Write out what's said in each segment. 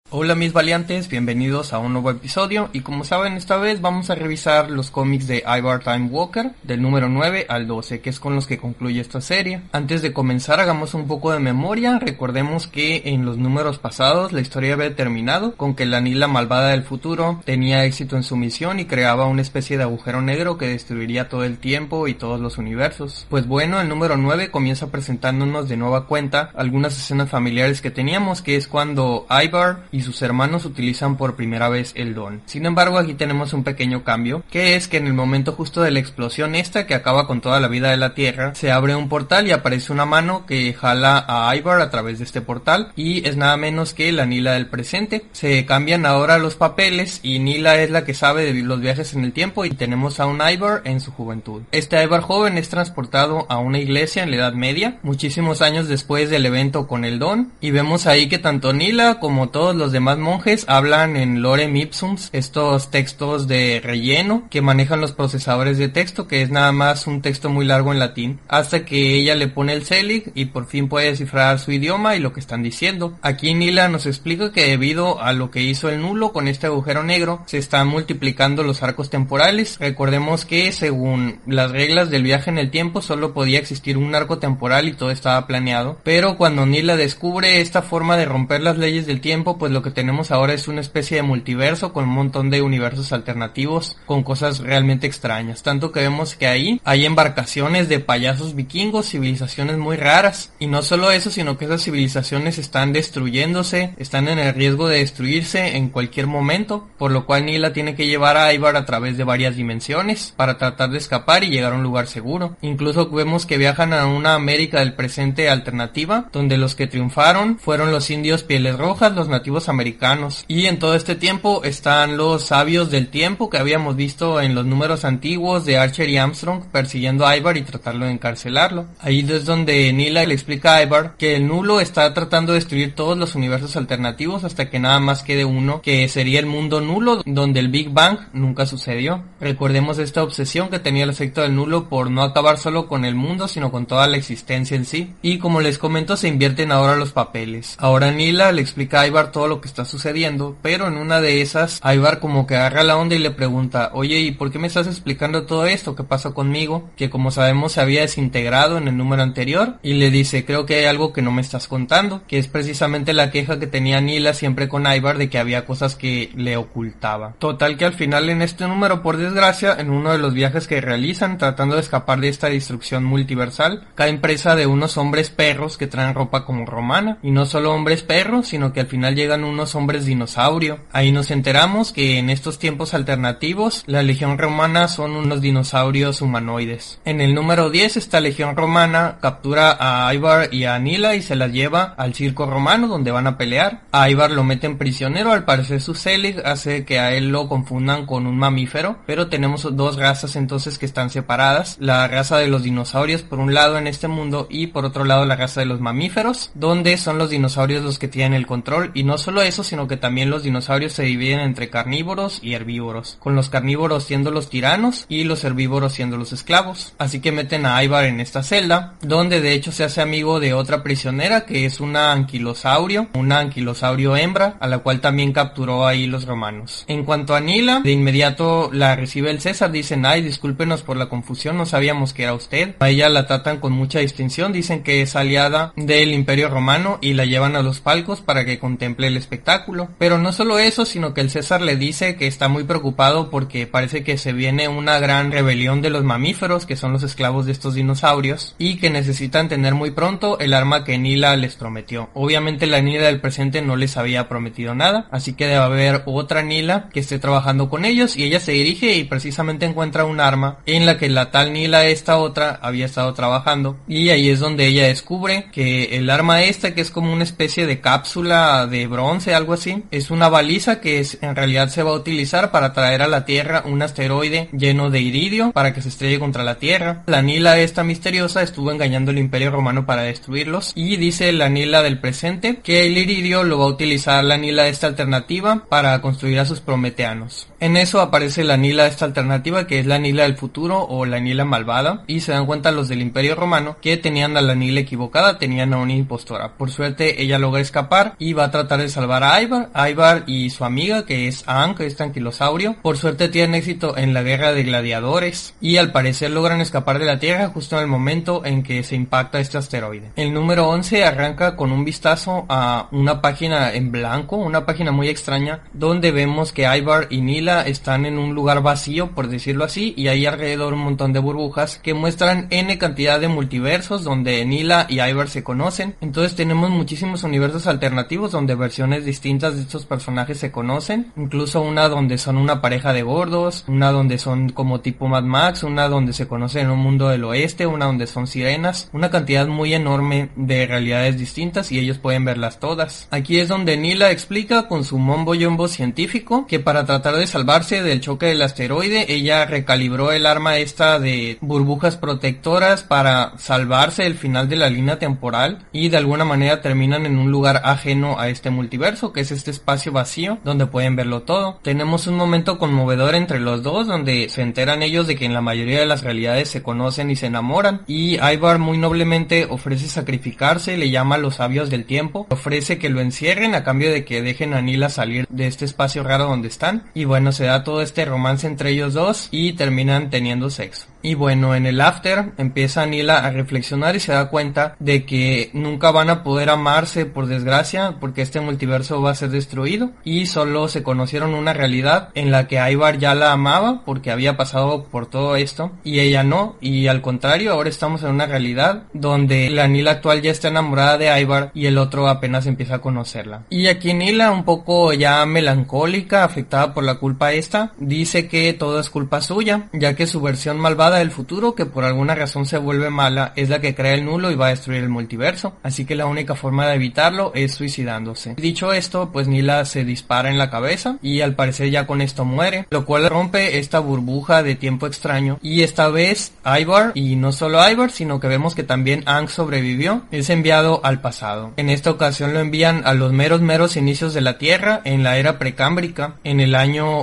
Hola mis valiantes, bienvenidos a un nuevo episodio y como saben esta vez vamos a revisar los cómics de Ivar Time Walker del número 9 al 12, que es con los que concluye esta serie. Antes de comenzar hagamos un poco de memoria, recordemos que en los números pasados la historia había terminado con que la Nila malvada del futuro tenía éxito en su misión y creaba una especie de agujero negro que destruiría todo el tiempo y todos los universos. Pues bueno, el número 9 comienza presentándonos de nueva cuenta algunas escenas familiares que teníamos, que es cuando Ivar y sus hermanos utilizan por primera vez el don. Sin embargo, aquí tenemos un pequeño cambio, que es que en el momento justo de la explosión esta que acaba con toda la vida de la Tierra, se abre un portal y aparece una mano que jala a Ivar a través de este portal y es nada menos que la Nila del presente. Se cambian ahora los papeles y Nila es la que sabe de los viajes en el tiempo y tenemos a un Ivar en su juventud. Este Ivar joven es transportado a una iglesia en la Edad Media, muchísimos años después del evento con el don, y vemos ahí que tanto Nila como todos los demás monjes hablan en lorem ipsum, estos textos de relleno que manejan los procesadores de texto, que es nada más un texto muy largo en latín, hasta que ella le pone el Selig y por fin puede descifrar su idioma y lo que están diciendo. Aquí Nila nos explica que debido a lo que hizo el nulo con este agujero negro, se están multiplicando los arcos temporales. Recordemos que según las reglas del viaje en el tiempo solo podía existir un arco temporal y todo estaba planeado, pero cuando Nila descubre esta forma de romper las leyes del tiempo, pues lo que tenemos ahora es una especie de multiverso con un montón de universos alternativos con cosas realmente extrañas, tanto que vemos que ahí hay embarcaciones de payasos vikingos, civilizaciones muy raras, y no solo eso, sino que esas civilizaciones están destruyéndose, están en el riesgo de destruirse en cualquier momento, por lo cual Nila tiene que llevar a Ivar a través de varias dimensiones para tratar de escapar y llegar a un lugar seguro. Incluso vemos que viajan a una América del presente alternativa, donde los que triunfaron fueron los indios pieles rojas, los nativos americanos, y en todo este tiempo están los sabios del tiempo que habíamos visto en los números antiguos de Archer y Armstrong persiguiendo a Ivar y tratarlo de encarcelarlo. Ahí es donde Nila le explica a Ivar que el nulo está tratando de destruir todos los universos alternativos hasta que nada más quede uno, que sería el mundo nulo, donde el Big Bang nunca sucedió. Recordemos esta obsesión que tenía el efecto del nulo por no acabar solo con el mundo, sino con toda la existencia en sí. Y como les comento, se invierten ahora los papeles. Ahora Nila le explica a Ivar todo lo que está sucediendo, pero en una de esas Ivar como que agarra la onda y le pregunta: oye, ¿y por qué me estás explicando todo esto? ¿Qué pasó conmigo? Que como sabemos se había desintegrado en el número anterior, y le dice: creo que hay algo que no me estás contando, que es precisamente la queja que tenía Nila siempre con Ivar de que había cosas que le ocultaba. Total que al final en este número, por desgracia, en uno de los viajes que realizan tratando de escapar de esta destrucción multiversal, caen presa de unos hombres perros que traen ropa como romana, y no solo hombres perros, sino que al final llegan unos hombres dinosaurio. Ahí nos enteramos que en estos tiempos alternativos la legión romana son unos dinosaurios humanoides. En el número 10 esta legión romana captura a Ivar y a Nila y se las lleva al circo romano donde van a pelear. A Ivar lo meten prisionero, al parecer su Selig hace que a él lo confundan con un mamífero, pero tenemos dos razas entonces que están separadas: la raza de los dinosaurios por un lado en este mundo y por otro lado la raza de los mamíferos, donde son los dinosaurios los que tienen el control. Y no solo eso, sino que también los dinosaurios se dividen entre carnívoros y herbívoros, con los carnívoros siendo los tiranos y los herbívoros siendo los esclavos. Así que meten a Ivar en esta celda, donde de hecho se hace amigo de otra prisionera que es una anquilosaurio hembra, a la cual también capturó ahí los romanos. En cuanto a Nila, de inmediato la recibe el César, dicen: ay, discúlpenos por la confusión, no sabíamos que era usted. A ella la tratan con mucha distinción, dicen que es aliada del Imperio Romano y la llevan a los palcos para que contemple el espectáculo. Pero no solo eso, sino que el César le dice que está muy preocupado porque parece que se viene una gran rebelión de los mamíferos, que son los esclavos de estos dinosaurios, y que necesitan tener muy pronto el arma que Nila les prometió. Obviamente la Nila del presente no les había prometido nada, así que debe haber otra Nila que esté trabajando con ellos, y ella se dirige y precisamente encuentra un arma en la que la tal Nila, esta otra, había estado trabajando, y ahí es donde ella descubre que el arma esta, que es como una especie de cápsula de bronce, algo así, es una baliza que en realidad se va a utilizar para traer a la Tierra un asteroide lleno de iridio para que se estrelle contra la Tierra. La Nila esta misteriosa estuvo engañando al Imperio Romano para destruirlos, y dice la Nila del presente que el iridio lo va a utilizar la Nila esta alternativa para construir a sus prometeanos. En eso aparece la Nila esta alternativa, que es la Nila del futuro o la Nila malvada, y se dan cuenta los del Imperio Romano que tenían a la Nila equivocada, tenían a una impostora. Por suerte ella logra escapar y va a tratar de salvar a Ivar. Ivar y su amiga, que es Ankh, este anquilosaurio, por suerte tienen éxito en la guerra de gladiadores y al parecer logran escapar de la Tierra justo en el momento en que se impacta este asteroide. El número 11 arranca con un vistazo a una página en blanco, una página muy extraña, donde vemos que Ivar y Nila están en un lugar vacío, por decirlo así, y hay alrededor un montón de burbujas que muestran N cantidad de multiversos donde Nila y Ivar se conocen. Entonces tenemos muchísimos universos alternativos donde versiones distintas de estos personajes se conocen, incluso una donde son una pareja de gordos, una donde son como tipo Mad Max, una donde se conocen en un mundo del oeste, una donde son sirenas, una cantidad muy enorme de realidades distintas y ellos pueden verlas todas. Aquí es donde Nila explica con su mombo jumbo científico que para tratar de salvarse del choque del asteroide ella recalibró el arma esta de burbujas protectoras para salvarse del final de la línea temporal y de alguna manera terminan en un lugar ajeno a este multiverso, que es este espacio vacío donde pueden verlo todo. Tenemos un momento conmovedor entre los dos donde se enteran ellos de que en la mayoría de las realidades se conocen y se enamoran, y Ivar muy noblemente ofrece sacrificarse, le llama a los sabios del tiempo, ofrece que lo encierren a cambio de que dejen a Nila salir de este espacio raro donde están, y bueno, se da todo este romance entre ellos dos y terminan teniendo sexo. Y bueno, en el after empieza Nila a reflexionar y se da cuenta de que nunca van a poder amarse, por desgracia, porque este multiverso va a ser destruido y solo se conocieron una realidad en la que Ivar ya la amaba porque había pasado por todo esto y ella no, y al contrario, ahora estamos en una realidad donde la Nila actual ya está enamorada de Ivar y el otro apenas empieza a conocerla. Y aquí Nila, un poco ya melancólica, afectada por la culpa esta, dice que todo es culpa suya, ya que su versión malvada del futuro, que por alguna razón se vuelve mala, es la que crea el nulo y va a destruir el multiverso, así que la única forma de evitarlo es suicidándose. Dicho esto, pues Nila se dispara en la cabeza y al parecer ya con esto muere, lo cual rompe esta burbuja de tiempo extraño, y esta vez Ivar, y no solo Ivar, sino que vemos que también Ankh sobrevivió, es enviado al pasado. En esta ocasión lo envían a los meros inicios de la Tierra, en la era precámbrica, en el año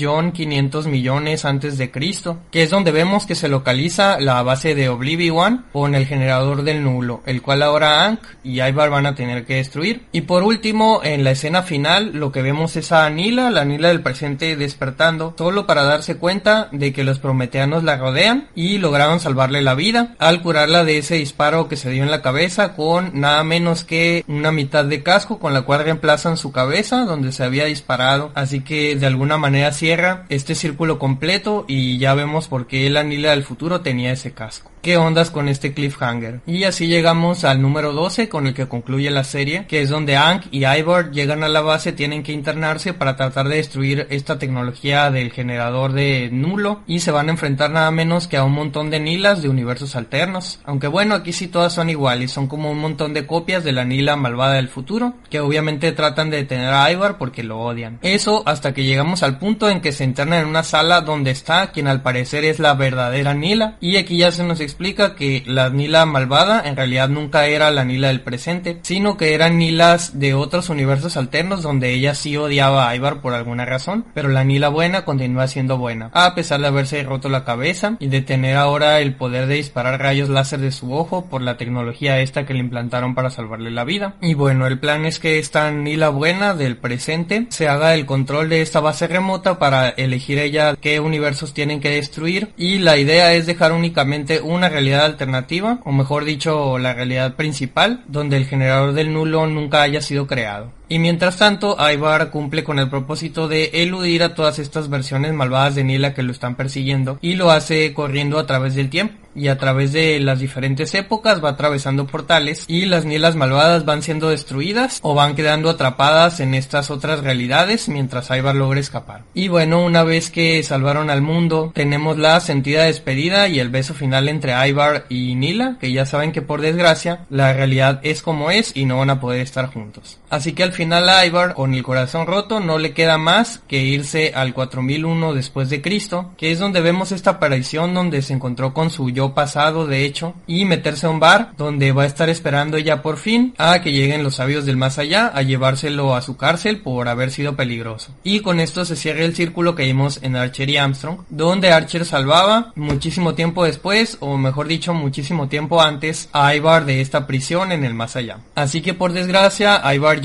1.500.000.000 antes de Cristo, que es donde vemos que se localiza la base de Oblivion con el generador del nulo, el cual ahora Ankh y Ivar van a tener que destruir. Y por último, en la escena final, lo que vemos es a Nila, la Nila del presente, despertando, solo para darse cuenta de que los prometeanos la rodean y lograron salvarle la vida al curarla de ese disparo que se dio en la cabeza con nada menos que una mitad de casco, con la cual reemplazan su cabeza donde se había disparado, así que de alguna manera cierra este círculo completo y ya vemos por qué la Nila del futuro tenía ese casco. ¿Qué ondas con este cliffhanger? Y así llegamos al número 12 con el que concluye la serie, que es donde Ankh y Ivar llegan a la base, tienen que internarse para tratar de destruir esta tecnología del generador de nulo y se van a enfrentar nada menos que a un montón de Nilas de universos alternos, aunque bueno, aquí sí todas son iguales, son como un montón de copias de la Nila malvada del futuro, que obviamente tratan de detener a Ivar porque lo odian. Eso hasta que llegamos al punto en que se internan en una sala donde está quien al parecer es la verdadera Nila, y aquí ya se nos explica que la Nila malvada en realidad nunca era la Nila del presente, sino que eran Nilas de otros universos alternos donde ella sí odiaba a Ivar por alguna razón, pero la Nila buena continúa siendo buena, a pesar de haberse roto la cabeza y de tener ahora el poder de disparar rayos láser de su ojo por la tecnología esta que le implantaron para salvarle la vida. Y bueno, el plan es que esta Nila buena del presente se haga el control de esta base remota para elegir ella qué universos tienen que destruir, y la idea es dejar únicamente una realidad alternativa, o mejor dicho, la realidad principal, donde el generador del nulo nunca haya sido creado. Y mientras tanto, Ivar cumple con el propósito de eludir a todas estas versiones malvadas de Nila que lo están persiguiendo, y lo hace corriendo a través del tiempo. Y a través de las diferentes épocas va atravesando portales y las Nilas malvadas van siendo destruidas o van quedando atrapadas en estas otras realidades mientras Ivar logra escapar. Y bueno, una vez que salvaron al mundo, tenemos la sentida despedida y el beso final entre Ivar y Nila, que ya saben que por desgracia la realidad es como es y no van a poder estar juntos. Así que al final a Ivar, con el corazón roto, no le queda más que irse al 4001 después de Cristo, que es donde vemos esta aparición donde se encontró con su yo pasado, de hecho, y meterse a un bar donde va a estar esperando ella por fin a que lleguen los sabios del más allá a llevárselo a su cárcel por haber sido peligroso. Y con esto se cierra el círculo que vimos en Archer y Armstrong, donde Archer salvaba muchísimo tiempo después, o mejor dicho, muchísimo tiempo antes, a Ivar de esta prisión en el más allá. Así que por desgracia, Ivar ya conoce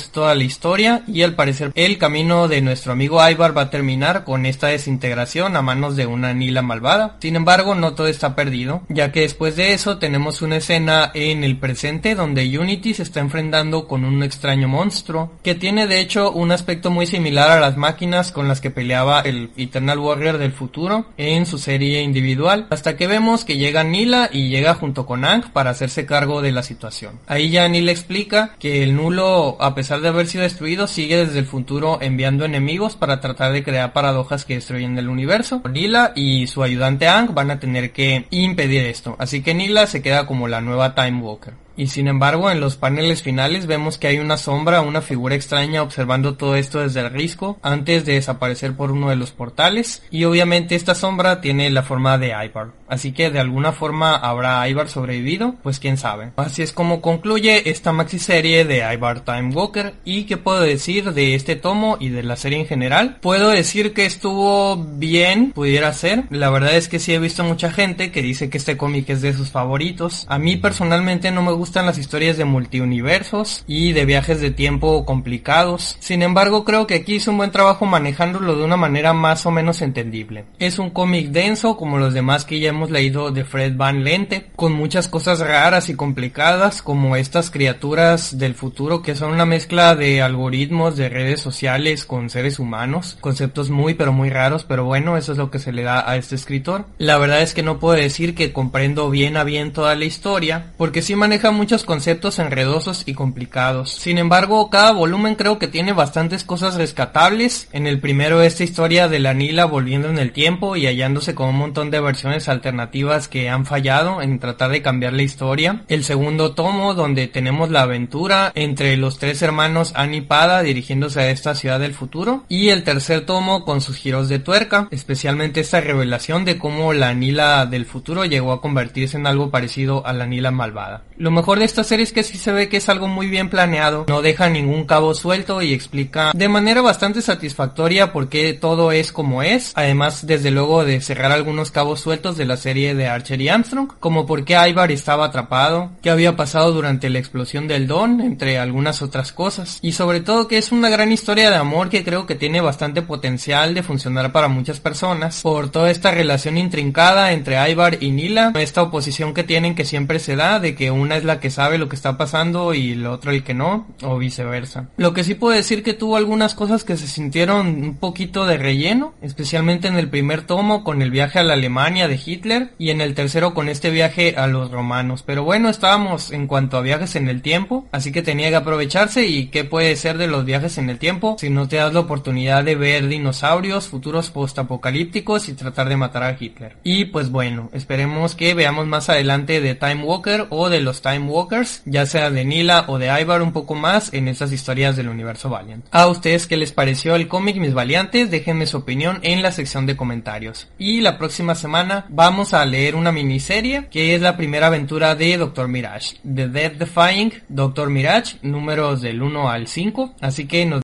conoce toda la historia y al parecer el camino de nuestro amigo Ivar va a terminar con esta desintegración a manos de una Nila malvada. Sin embargo, no todo está perdido, ya que después de eso tenemos una escena en el presente donde Unity se está enfrentando con un extraño monstruo que tiene de hecho un aspecto muy similar a las máquinas con las que peleaba el Eternal Warrior del futuro en su serie individual, hasta que vemos que llega Nila y llega junto con Aang para hacerse cargo de la situación. Ahí ya Nila explica que el nulo, a pesar de haber sido destruido, sigue desde el futuro enviando enemigos para tratar de crear paradojas que destruyen el universo. Nila y su ayudante Aang van a tener que impedir esto, así que Nila se queda como la nueva Time Walker. Y sin embargo, en los paneles finales vemos que hay una sombra, una figura extraña observando todo esto desde el risco antes de desaparecer por uno de los portales, y obviamente esta sombra tiene la forma de Ivar, así que de alguna forma habrá Ivar sobrevivido, pues quién sabe. Así es como concluye esta maxi serie de Ivar Time Walker. ¿Y qué puedo decir de este tomo y de la serie en general? Puedo decir que estuvo bien, pudiera ser. La verdad es que sí he visto mucha gente que dice que este cómic es de sus favoritos. A mí personalmente no me gustan las historias de multiuniversos y de viajes de tiempo complicados. Sin embargo, creo que aquí hizo un buen trabajo manejándolo de una manera más o menos entendible. Es un cómic denso como los demás que ya hemos leído de Fred Van Lente, con muchas cosas raras y complicadas como estas criaturas del futuro que son una mezcla de algoritmos de redes sociales con seres humanos, conceptos muy pero muy raros, pero bueno, eso es lo que se le da a este escritor. La verdad es que no puedo decir que comprendo bien a bien toda la historia, porque sí maneja muchos conceptos enredosos y complicados. Sin embargo, cada volumen creo que tiene bastantes cosas rescatables. En el primero, esta historia de la Nila volviendo en el tiempo y hallándose con un montón de versiones alternativas que han fallado en tratar de cambiar la historia. El segundo tomo, donde tenemos la aventura entre los tres hermanos Ann y Pada dirigiéndose a esta ciudad del futuro. Y el tercer tomo con sus giros de tuerca, especialmente esta revelación de cómo la Nila del futuro llegó a convertirse en algo parecido a la Nila malvada. Lo mejor de esta serie es que sí se ve que es algo muy bien planeado, no deja ningún cabo suelto y explica de manera bastante satisfactoria por qué todo es como es, además desde luego de cerrar algunos cabos sueltos de la serie de Archer y Armstrong, como por qué Ivar estaba atrapado, qué había pasado durante la explosión del Dawn, entre algunas otras cosas, y sobre todo que es una gran historia de amor que creo que tiene bastante potencial de funcionar para muchas personas, por toda esta relación intrincada entre Ivar y Nila, esta oposición que tienen que siempre se da, de que una es la que sabe lo que está pasando y el otro el que no, o viceversa. Lo que sí puedo decir que tuvo algunas cosas que se sintieron un poquito de relleno, especialmente en el primer tomo con el viaje a la Alemania de Hitler y en el tercero con este viaje a los romanos, pero bueno, estábamos en cuanto a viajes en el tiempo, así que tenía que aprovecharse. Y qué puede ser de los viajes en el tiempo si no te das la oportunidad de ver dinosaurios, futuros postapocalípticos y tratar de matar a Hitler. Y pues bueno, esperemos que veamos más adelante de Time Walker o de los Time Walkers, ya sea de Nila o de Ivar un poco más en estas historias del universo Valiant. ¿A ustedes qué les pareció el cómic, mis valiantes? Déjenme su opinión en la sección de comentarios. Y la próxima semana vamos a leer una miniserie que es la primera aventura de Dr. Mirage, The Death Defying Dr. Mirage, números del 1 al 5, así que nos